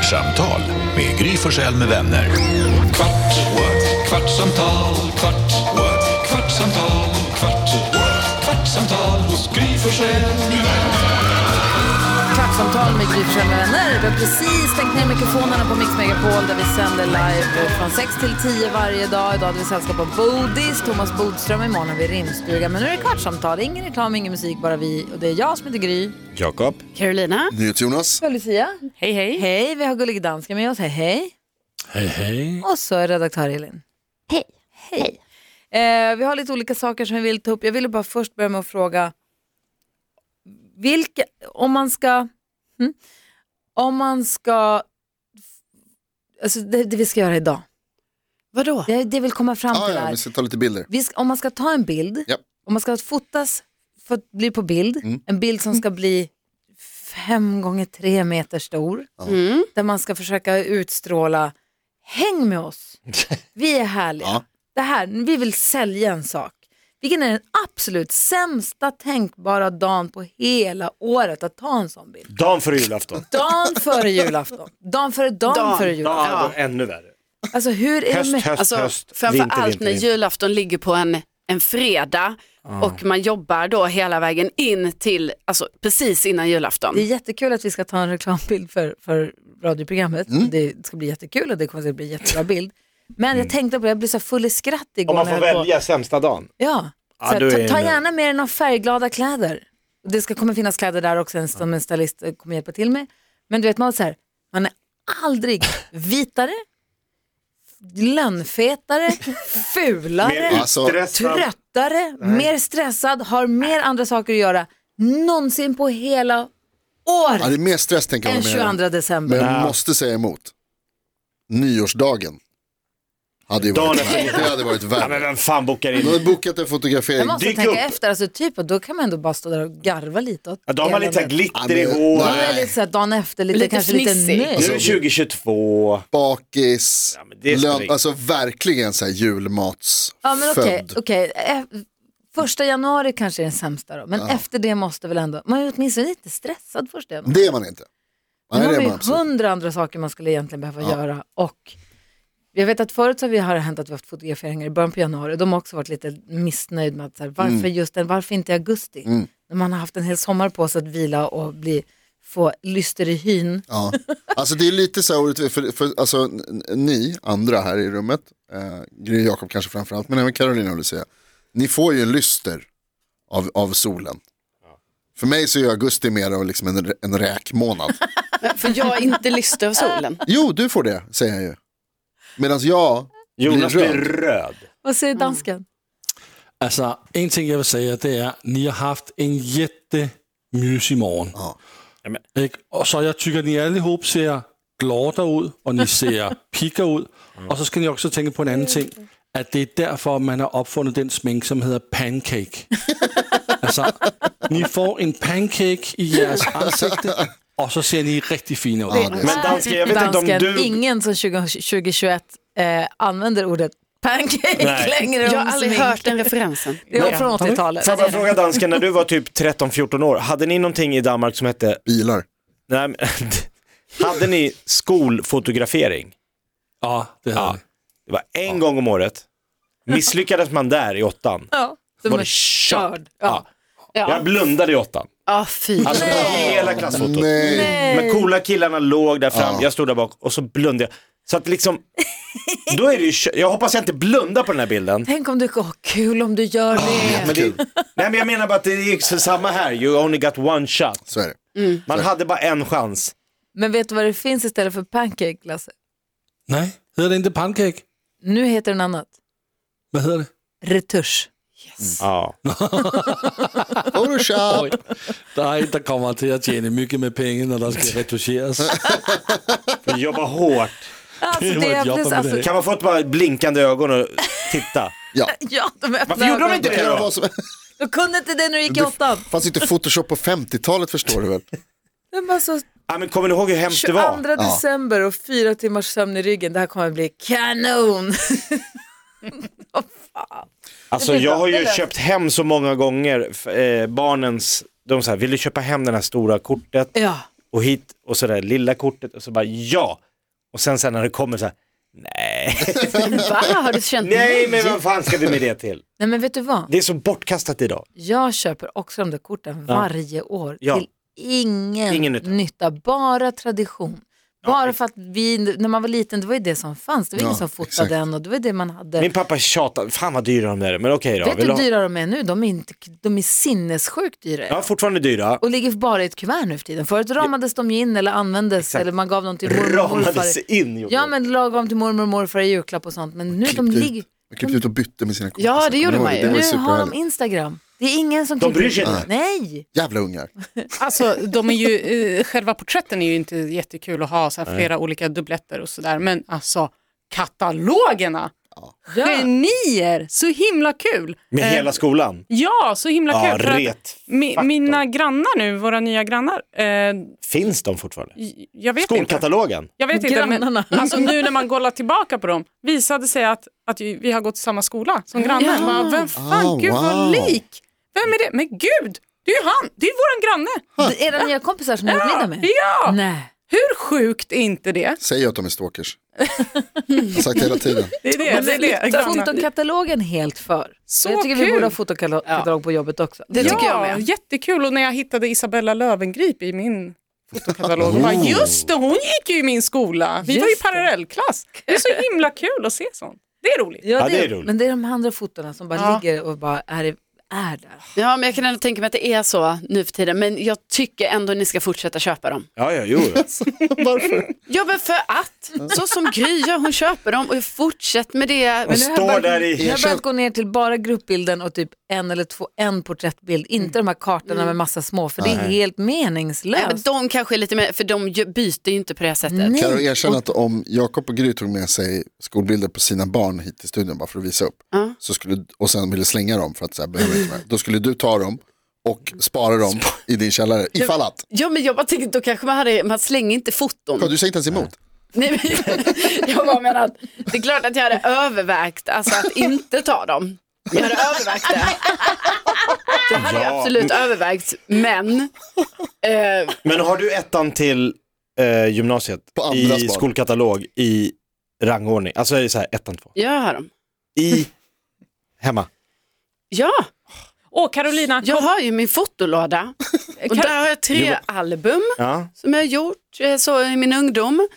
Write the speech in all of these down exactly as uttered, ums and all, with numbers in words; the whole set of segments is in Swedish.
Kvartsamtal med Gry Forssell med vänner. Kvart, what? Kvartsamtal, kvart, what? Kvartsamtal, kvart, what? Kvartsamtal hos Gry Forssell med vänner. Kvartsamtal med Gry Forssell med vänner. Vi har precis stängt ner mikrofonerna på Mix Megapol där vi sänder live från sex till tio varje dag. Idag hade vi sällskap av Bodis, Thomas Bodström, imorgon har vi Rimstuga. Men nu är det Kvartsamtal, ingen reklam, ingen musik, bara vi. Och det är jag som heter Gry. Jakob. Carolina. NyhetsJonas. Lucia. Hej, hej. Hej, vi har Gullig Danska med oss. Hej, hej. Hej, hej. Och så är redaktör Elin. Hej. Hej. Eh, vi har lite olika saker som vi vill ta upp. Jag ville bara först börja med att fråga vilka, om man ska hm, om man ska alltså det, det vi ska göra idag. Vadå? Det, det vill komma fram Ah, till ja, här. vi ska ta lite bilder. Vi ska, om man ska ta en bild, Ja. om man ska fotas för att bli på bild, Mm. en bild som ska bli fem gånger tre meter stor, Mm. där man ska försöka utstråla, häng med oss, vi är härliga. Ja. Det här, vi vill sälja en sak. Vilken är den absolut sämsta tänkbara dagen på hela året att ta en sån bild? Dagen före julafton. Dagen före julafton. Dagen före dagen Dagen. före julafton. Ja, då ännu värre. Alltså hur är Höst, det med... höst, Alltså, höst. framför vinter, allt vinter, när vinter. julafton ligger på en, en fredag och man jobbar då hela vägen in till, alltså precis innan julafton. Det är jättekul att vi ska ta en reklambild för, för radioprogrammet. Mm. Det ska bli jättekul och det kommer att bli en jättebra bild. Men jag tänkte på det, jag blev så full i skratt igår. Om man när får jag höll på. välja sämsta dagen. Ja, Ja, så här, då är ta, det ta nog- gärna med er några färgglada kläder. Det ska kommer finnas kläder där också en, som en stylist kommer hjälpa till med. Men du vet, man, så här, man är aldrig vitare, lönnfetare, fulare, Mer Alltså, utstressad. tröttare, mer stressad, har mer andra saker att göra någonsin på hela år ja, det är mer stress tänker än jag med. tjugoandra december. Men jag måste säga emot. Nyårsdagen hade ju Dagen varit, efter. det hade varit Ja, men värre. vem fan bokar Du in? har bokat en fotografering. Jag måste dyk tänka upp. efter, alltså typ, och då kan man ändå bara stå där och garva lite åt Ja, de har lite så här eländet. glitter Ja, i men- hår. Ja, Nej. det är lite så här dagen efter, lite, Lite kanske lite fnissig. nöjd. Nu är Alltså, det tjugohundratjugotvå. Bakis. Ja, men det spelar lön, ingen- alltså verkligen så här julmatsfödd. Ja, men okej, okej. Eh, Första januari kanske är den sämsta då, men Ja. efter det måste väl ändå, man är åtminstone inte stressad första januari. Det är man inte. Nu Nej, har det är vi man absolut. hundra andra saker man skulle egentligen behöva Ja. göra, och jag vet att förut så har vi har hänt att vi har haft fotograferingar i början på januari. De har också varit lite missnöjd med att så här, varför Mm. just den, varför inte i augusti? Mm. När man har haft en hel sommar på sig att vila och bli, få lyster i hyn. Ja. Alltså det är lite så här orättvist, för, för alltså n- ni andra här i rummet, eh, Gry och Jakob kanske framförallt, men även Carolina vill säga, ni får ju en lyster av, av solen. För mig så är augusti mer av liksom en, en räkmånad. För jag är inte lyster av solen. Jo, du får det, säger jag ju. Medan jag Jonas blir blir röd. röd. Vad säger dansken? Altså, en ting jeg vil sige, det er, ni har haft en jättemysig morgen. Ja. Jamen. Ikke? Og så jeg tycker, ni allihop ser glada ud, og ni ser pigger ud. Og så skal ni også tænke på en anden ting, at det er derfor, man har opfundet den smink, som hedder pancake. Altså, ni får en pancake i jeres ansigte, og så ser ni rigtig fine ud. Ja, det är Men dansken, jag vet inte om Dansken, du... ingen som tjugo tjugohundratjugoett eh, använder ordet pancake Nej. längre. Jag om har aldrig smink. hört den referensen. Det var från åttiotalet. Får jag bara fråga dansken, när du var typ tretton fjorton år, hade ni någonting i Danmark som hette... Bilar. Nej, men, hade ni skolfotografering? Ja, det har Ja. ni. Det var en gång om året. Misslyckades man där i åttan, Ja, var de det är kört. körd. Ja. Ja, Jag blundade i åttan. ah, fy. Alltså på hela klassfotot. Nej. Nej. Men coola killarna låg där fram, Ja. jag stod där bak och så blundade jag. Så att liksom, då är det ju, kö- jag hoppas jag inte blundar på den här bilden. Tänk om du, åh, kul om du gör det. Men det, nej men jag menar bara att det är så samma här, you only got one shot. Så är det. Man hade bara en chans. Men vet du vad det finns istället för pancake, Lasse? Nej, hedder det inte pancake? Nu heter den annat. Hvad hedder det? Retusch. Ja. Photoshop. Oj, der er en, der kommer til at tjene mycket med penge, når der skal retuscheres. Vi jobbar hårt. Alltså, Det var det ett är jobb precis, med alltså, det. Kan man få ett bara blinkande ögon och titta? Ja. ja, de öppnar Varför gjorde de ögonen. inte Det det kan då? vara som... Du kunde inte det när du gick i Det åttan. fanns inte Photoshop på femtiotalet, förstår du väl? Det var så Ja, men kommer ni ihåg hur hemskt det var? tjugoandra december och fyra timmars sömn i ryggen. Det här kommer att bli kanon. Åh, fan. Alltså Det blir jag har ju bra. köpt hem så många gånger f- eh, barnens, de så här, vill du köpa hem den här stora kortet? Ja. och hit och sådär lilla kortet och så bara ja. Och sen sen när det kommer så här, nej. Va? Har du känt Nej, men vad fan ska vi med det till? Nej, men vet du vad? Det är så bortkastat idag. Jag köper också de där korten Ja. varje år Ja. till ingen, Ingen nytta. nytta. Bara tradition. Bara för att vi, när man var liten, det var ju det som fanns. Det var Ja, ingen som fotade exakt. den och det var det man hade. Min pappa tjatade, fan vad dyra de är, men okej då. Vet du Vill hur ha- dyra de är nu? De är, inte, de är sinnessjukt dyra. Ja, fortfarande dyra. Och ligger bara i ett kuvert nu för tiden. Förut ramades de ju in eller användes Exakt. eller man gav dem till mormor och morfar. Ramades in. gjorde Ja, de. men lagom till mormor och morfar i julklapp och sånt. Men nu de Klippte ut. ligger... Jag klippte ut och bytte med sina kompisar. Ja, det gjorde Kommer man ni ju. ihåg det? Det var Nu har de superhärligt. Instagram. Det är ingen som De bryr klipper sig ut. inte. Nej. Jävla ungar. Alltså, de är ju, eh, själva porträtten är ju inte jättekul att ha så här flera olika dubbletter och sådär. Men alltså, katalogerna! Ja. Genier! Så himla kul! Med Eh, hela skolan. Ja, så himla Ja, kul. för att ret. mi, Faktor. mina grannar nu, våra nya grannar, eh, Finns de fortfarande? jag vet inte. Skolkatalogen. Jag vet inte, men Grannarna. alltså, nu när man kollar tillbaka på dem visade sig att, att vi vi har gått i samma skola som grannar. Ja. Bara, vem fan, Ah, gud vad wow. lik! Vem är det? Men gud, det är ju han, det är ju våran granne. Är det nya kompisar som ni har gjort middag med? Ja! Nej. Hur sjukt är inte det? Säg att de är stalkers. Jag har sagt hela tiden. Det är det, det, är det. Grannar. Fotokatalogen helt för. Så jag tycker vi kul. borde ha fotokatalog på jobbet också. Det tycker Ja, jag med. jättekul. Och när jag hittade Isabella Löwengrip i min fotokatalog, bara, just det, hon gick ju i min skola. Vi var ju Just det. parallellklass. Det är så himla kul att se sånt. Det är roligt. Ja, Ja, det det är är roligt. Men det är de andra fotona som bara Ja. ligger och bara är, är där. Ja, men jag kan ändå tänka mig att det är så nu för tiden. Men jag tycker ändå ni ska fortsätta köpa dem. Ja, ja, jo. Varför? Ja, men för att. Så som Gry gör, hon köper dem och fortsätt med det. Och nu har jag står börjat- där Jag i... har börjat gå ner till bara gruppbilden och typ en eller två, en porträttbild. Inte de här kartorna med massa små, för det är helt Nej, men meningslöst. de kanske är lite mer, för de ju- byter ju inte på det här sättet. Nej. Kan du erkänna att om Jakob och Gry tog med sig skolbilder på sina barn hit till studion bara för att visa upp Ja. så skulle, och sen ville slänga dem för att så här, behöver inte mer, då skulle du ta dem och spara dem i din källare ifall att. Ja, men jag bara tänkte, då kanske man hade, man slänger inte foton. Ja, du säger inte ens emot. Nej, men, jag bara menar att det är klart att jag hade övervägt alltså att inte ta dem. Jag hade övervägt det. Det hade jag Ja. absolut övervägt, men eh, Men har du ettan till eh, gymnasiet På andras i barn. skolkatalog i rangordning? Alltså är det så här, ettan, två. jag har dem. I, hemma. Ja, Åh, Carolina, jag har ju min fotolåda och där har jag tre Jo. album Ja. som jag har gjort eh, så i min ungdom.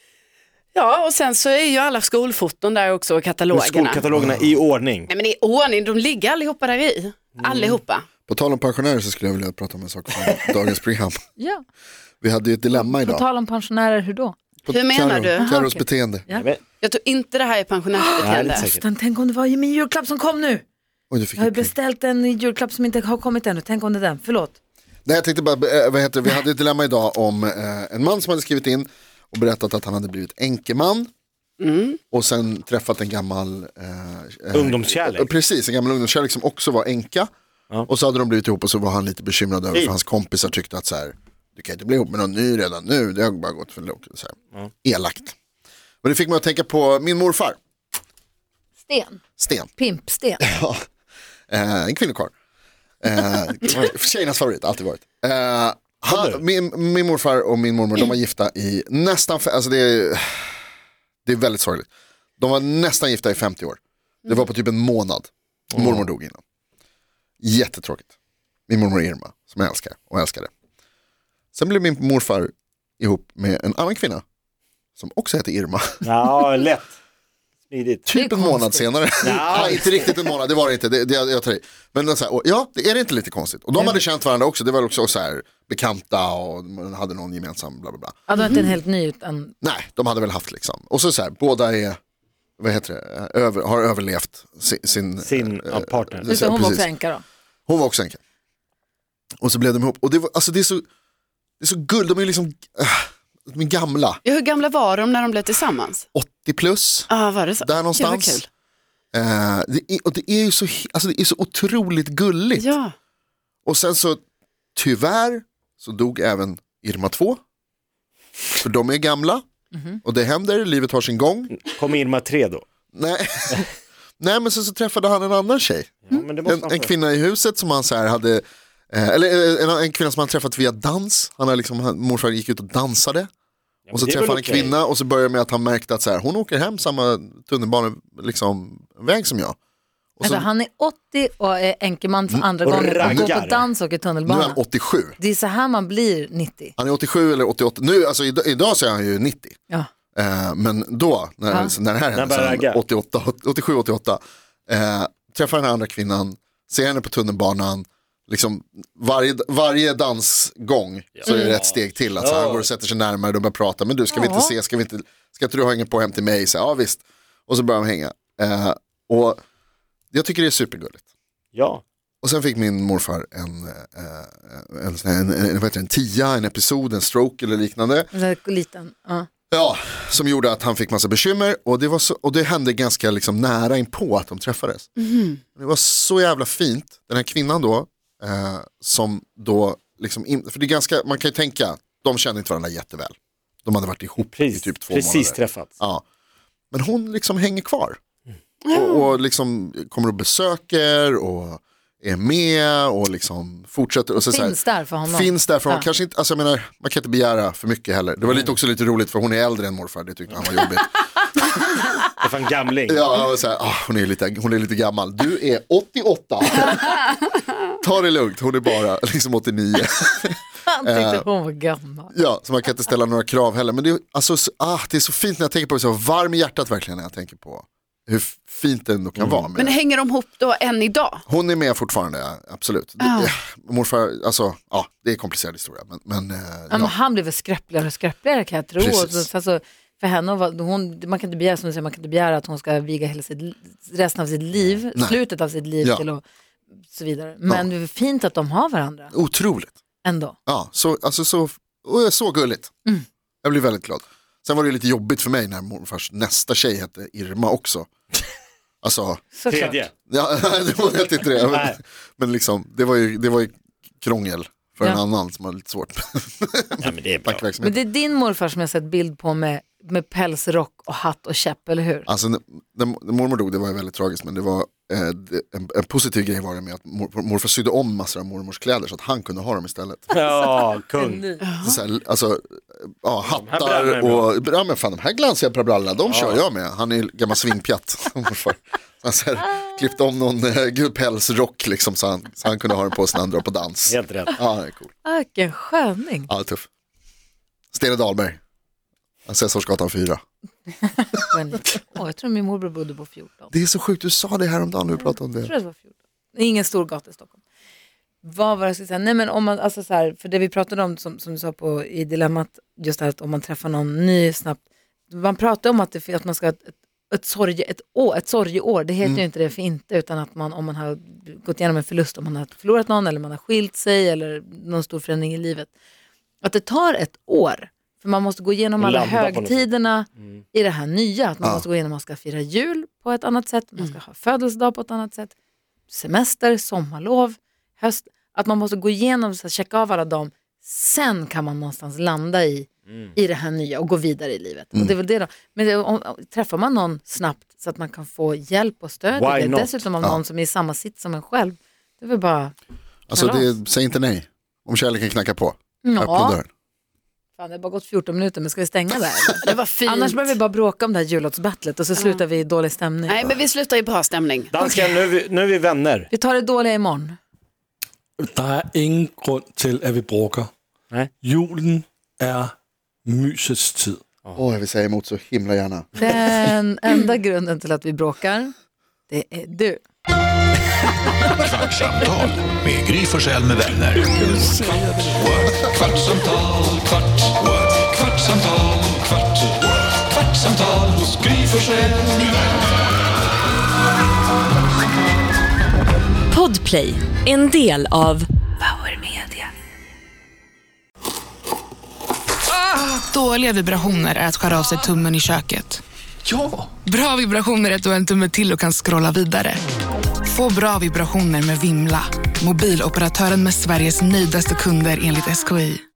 Ja, och sen så är ju alla skolfoton där också och Med katalogerna. skolkatalogerna i ordning. Nej, men i ordning, de ligger allihopa där i. Allihopa. På tal om pensionärer så skulle jag vilja prata om en sak från dagens program. Ja. Vi hade ju ett dilemma På idag. tal om pensionärer, hur då? På Hur menar Karo- du? Karos Aha, okej. beteende. Ja. Men, Jag tror inte det här är nej, det är pensionärsbeteende. inte säkert. Men tänk om det var min julklapp som kom nu. Oj, du fick Jag har ju ett pling. beställt en julklapp som inte har kommit ännu. Tänk om det är den. Förlåt. Nej, jag tänkte bara, eh, vad heter det? Vi hade ett dilemma idag om eh, en man som hade skrivit in och berättat att han hade blivit enkeman. Och sen träffat en gammal eh, Ungdomskärlek. eh, Precis, en gammal ungdomskärlek som också var enka. Ja. Och så hade de blivit ihop och så var han lite bekymrad över Fint. för hans kompisar tyckte att så här, du kan inte bli ihop med någon ny redan nu, det har bara gått för långt. Så här. Elakt. Men det fick mig att tänka på min morfar, Sten. Sten. Pimpsten. Ja. Eh, en kvinnokarl. Eh, tjejernas favorit, alltid varit. Eh, han, min, min morfar och min mormor, de var gifta i nästan, fe- alltså det är, det är väldigt sorgligt. De var nästan gifta i femtio år. Det var på typ en månad. Mormor dog innan. Jättetråkigt. Min mormor Irma, som jag älskar och älskade. Sen blev min morfar ihop med en annan kvinna som också heter Irma. Ja, lätt. Smidigt. Typ Det är en månad konstigt. senare. Nej, inte riktigt en månad, det var det inte. Det, det, jag, jag tar i. Men då så här, och, ja, det är det inte lite konstigt. Och de hade känt varandra också. Det var också så här bekanta och man hade någon gemensam bla bla bla. Ja, de är inte en helt ny utan... Nej, de hade väl haft liksom. Och så så här, båda är, vad heter det, över, har överlevt sin... Sin, Sin, eh, ja, partner. eh, Just det, hon var precis. också änka då. Hon var också änka. Och så blev de ihop. Och det, var, alltså det, är så, det är så guld, de är liksom, äh, de är gamla. Ja, hur gamla var de när de blev tillsammans? åttio plus. Ja, ah, var det så? Där Gud, vad någonstans. kul. Eh, det är, och det är ju så, alltså det är så otroligt gulligt. Ja. Och sen så tyvärr så dog även Irma två. För de är gamla. Och det händer, livet har sin gång. Kom Irma tre då. Nej, Nej men sen så träffade han en annan tjej. Ja, men det måste En, man en få. kvinna i huset som han så här hade Eh, eller en, en kvinna som han träffat via dans. Han har liksom, han, morfar gick ut och dansade. Ja, och så träffade han en kvinna okay. och så började med att han märkte att så här, hon åker hem samma tunnelbana liksom, väg som jag. Och så, alltså, han är åttio och är enkeman för andra och gången och går på dans och i tunnelbana. Nu är han åttiosju. Det är så här man blir nittio. Han är åttiosju eller åttioåtta. Nu, alltså, idag, idag så är han ju nittio. Ja. Eh, men då, när, ja. när det här hände, åttioåtta, åttiosju åttioåtta, eh, träffar den här andra kvinnan, ser henne på tunnelbanan, liksom varje, varje dansgång ja. så är det ett steg till. Alltså, ja. Han går och sätter sig närmare, de börjar prata, men du, ska ja. vi inte se, ska, vi inte, ska inte du hänga på hem till mig? Så, ja visst. Och så börjar de hänga. Eh, och jag tycker det är supergulligt. Ja. Och sen fick min morfar en, en, en, en, en, vad heter det, en tia, en episod, en stroke eller liknande. Liten, ja. Ja, som gjorde att han fick massa bekymmer. Och det, var så, och det hände ganska liksom nära in på att de träffades. Mm. Det var så jävla fint. Den här kvinnan då, eh, som då liksom, in, för det är ganska, man kan ju tänka, de kände inte varandra jätteväl. De hade varit ihop precis, i typ två precis månader. Träffats. Ja. Men hon liksom hänger kvar. Mm. Och, och liksom kommer och besöker och är med och liksom fortsätter. Och så finns så här, där för honom. Finns där för honom. Ja. Kanske inte, alltså jag menar, man kan inte begära för mycket heller. Det var lite också lite roligt för hon är äldre än morfar. Det tyckte han var jobbigt. Det är fan gamling. Ja, så här, oh, hon, är lite, hon är lite gammal. Du är åttioåtta. Ta det lugnt, hon är bara liksom åttionio. Han tyckte hon var gammal. Ja, så man kan inte ställa några krav heller. Men det är, alltså, ah, det är så fint när jag tänker på det. Så varm i hjärtat verkligen när jag tänker på hur fint det ändå kan mm. vara. Med. Men hänger de ihop då än idag? Hon är med fortfarande, absolut. Ah. Det, morfar, alltså, ja, det är en komplicerad historia. Men, men, eh, ja, men han blev väl skröpligare och skröpligare kan jag tro. Så, alltså, för henne, hon, man kan inte begära som du säger, man kan inte begära att hon ska viga hela sitt, resten av sitt liv, Nej. slutet av sitt liv ja. till och så vidare. Men ja. det är fint att de har varandra. Otroligt. Ändå. Ja, så, alltså, så, så gulligt. Mm. Jag blir väldigt glad. Sen var det lite jobbigt för mig när morfars nästa tjej hette Irma också. Alltså, tredje. Ja, det var helt inte det. Men, men liksom, det var ju, det var ju krångel för ja. en annan som var lite svårt. Ja, men, det är bra. Men det är din morfar som jag sett bild på med, med pälsrock och hatt och käpp, eller hur? Alltså, när, när mormor dog, det var väldigt tragiskt, men det var eh, det, en, en positiv grej var det med att mor, morfar sydde om massor av mormors kläder så att han kunde ha dem istället. Ja, kung. Så här, alltså, ja, hattar och, ja men fan, de här glansiga brallorna, de ja. kör jag med. Han är gammal svingpjatt, morfar. Han så här, klippte om någon äh, gulpälsrock liksom, så han, så han kunde ha den på sig när han drar på dans. Helt rätt. Ja, det är cool. Ah, vilken sköning. Ja, tuff. Stene Dahlberg. Assessorsgatan fyra. oh, jag tror min morbror bodde på fjorton. Det är så sjukt, du sa det här om dagen när du pratade om det. Jag tror det var fjorton. Det är ingen stor gata i Stockholm. Vad var det jag skulle säga? Nej, men om man, alltså så här, för det vi pratade om som, som du sa på i dilemmat, just det här att om man träffar någon ny snabbt. Man pratar om att, det, att man ska ha ett, ett, sorge, ett, år, ett sorgeår. Det heter mm. ju inte det för inte, utan att man, om man har gått igenom en förlust, om man har förlorat någon eller man har skilt sig eller någon stor förändring i livet. Att det tar ett år. För man måste gå igenom alla högtiderna mm. i det här nya. Att man ja. måste gå igenom, man ska fira jul på ett annat sätt. Man ska mm. ha födelsedag på ett annat sätt. Semester, sommarlov, höst. Att man måste gå igenom, så checka av alla dem. Sen kan man någonstans landa i, mm. i det här nya och gå vidare i livet. Mm. Och det är väl det då. Men det, om, om, träffar man någon snabbt så att man kan få hjälp och stöd. Det, dessutom av ja. någon som är i samma sitt som en själv. Det är väl bara... Alltså det, säg inte nej. Om kärleken knackar på. Ja. Öppna dörren. Fan, det har bara gått fjorton minuter, men ska vi stänga där? Det var fint. Annars börjar vi bara bråka om det här jullåtsbattlet och så slutar vi i dålig stämning. Nej, men vi slutar i bra stämning. Dansken, okay. nu, är vi, nu är vi vänner. Vi tar det dåliga imorgon. Det är ingen grund till att vi bråkar. Nej. Julen är mysets tid. Åh, oh, jag vill säga emot så himla gärna. Den enda grunden till att vi bråkar, det är du. Kvartsamtal med Gry Forssell med vänner. Kvart, kvartsamtal, kvart, what? Kvartsamtal, kvart, what? Kvartsamtal hos Gry Forssell med vänner. Podplay, en del av Power Media. Ah, dåliga vibrationer är att skära av sig tummen i köket. Ja! Bra vibrationer är att du har en tumme till och kan scrolla vidare. Få bra vibrationer med Vimla. Mobiloperatören med Sveriges nöjdaste kunder enligt S K I.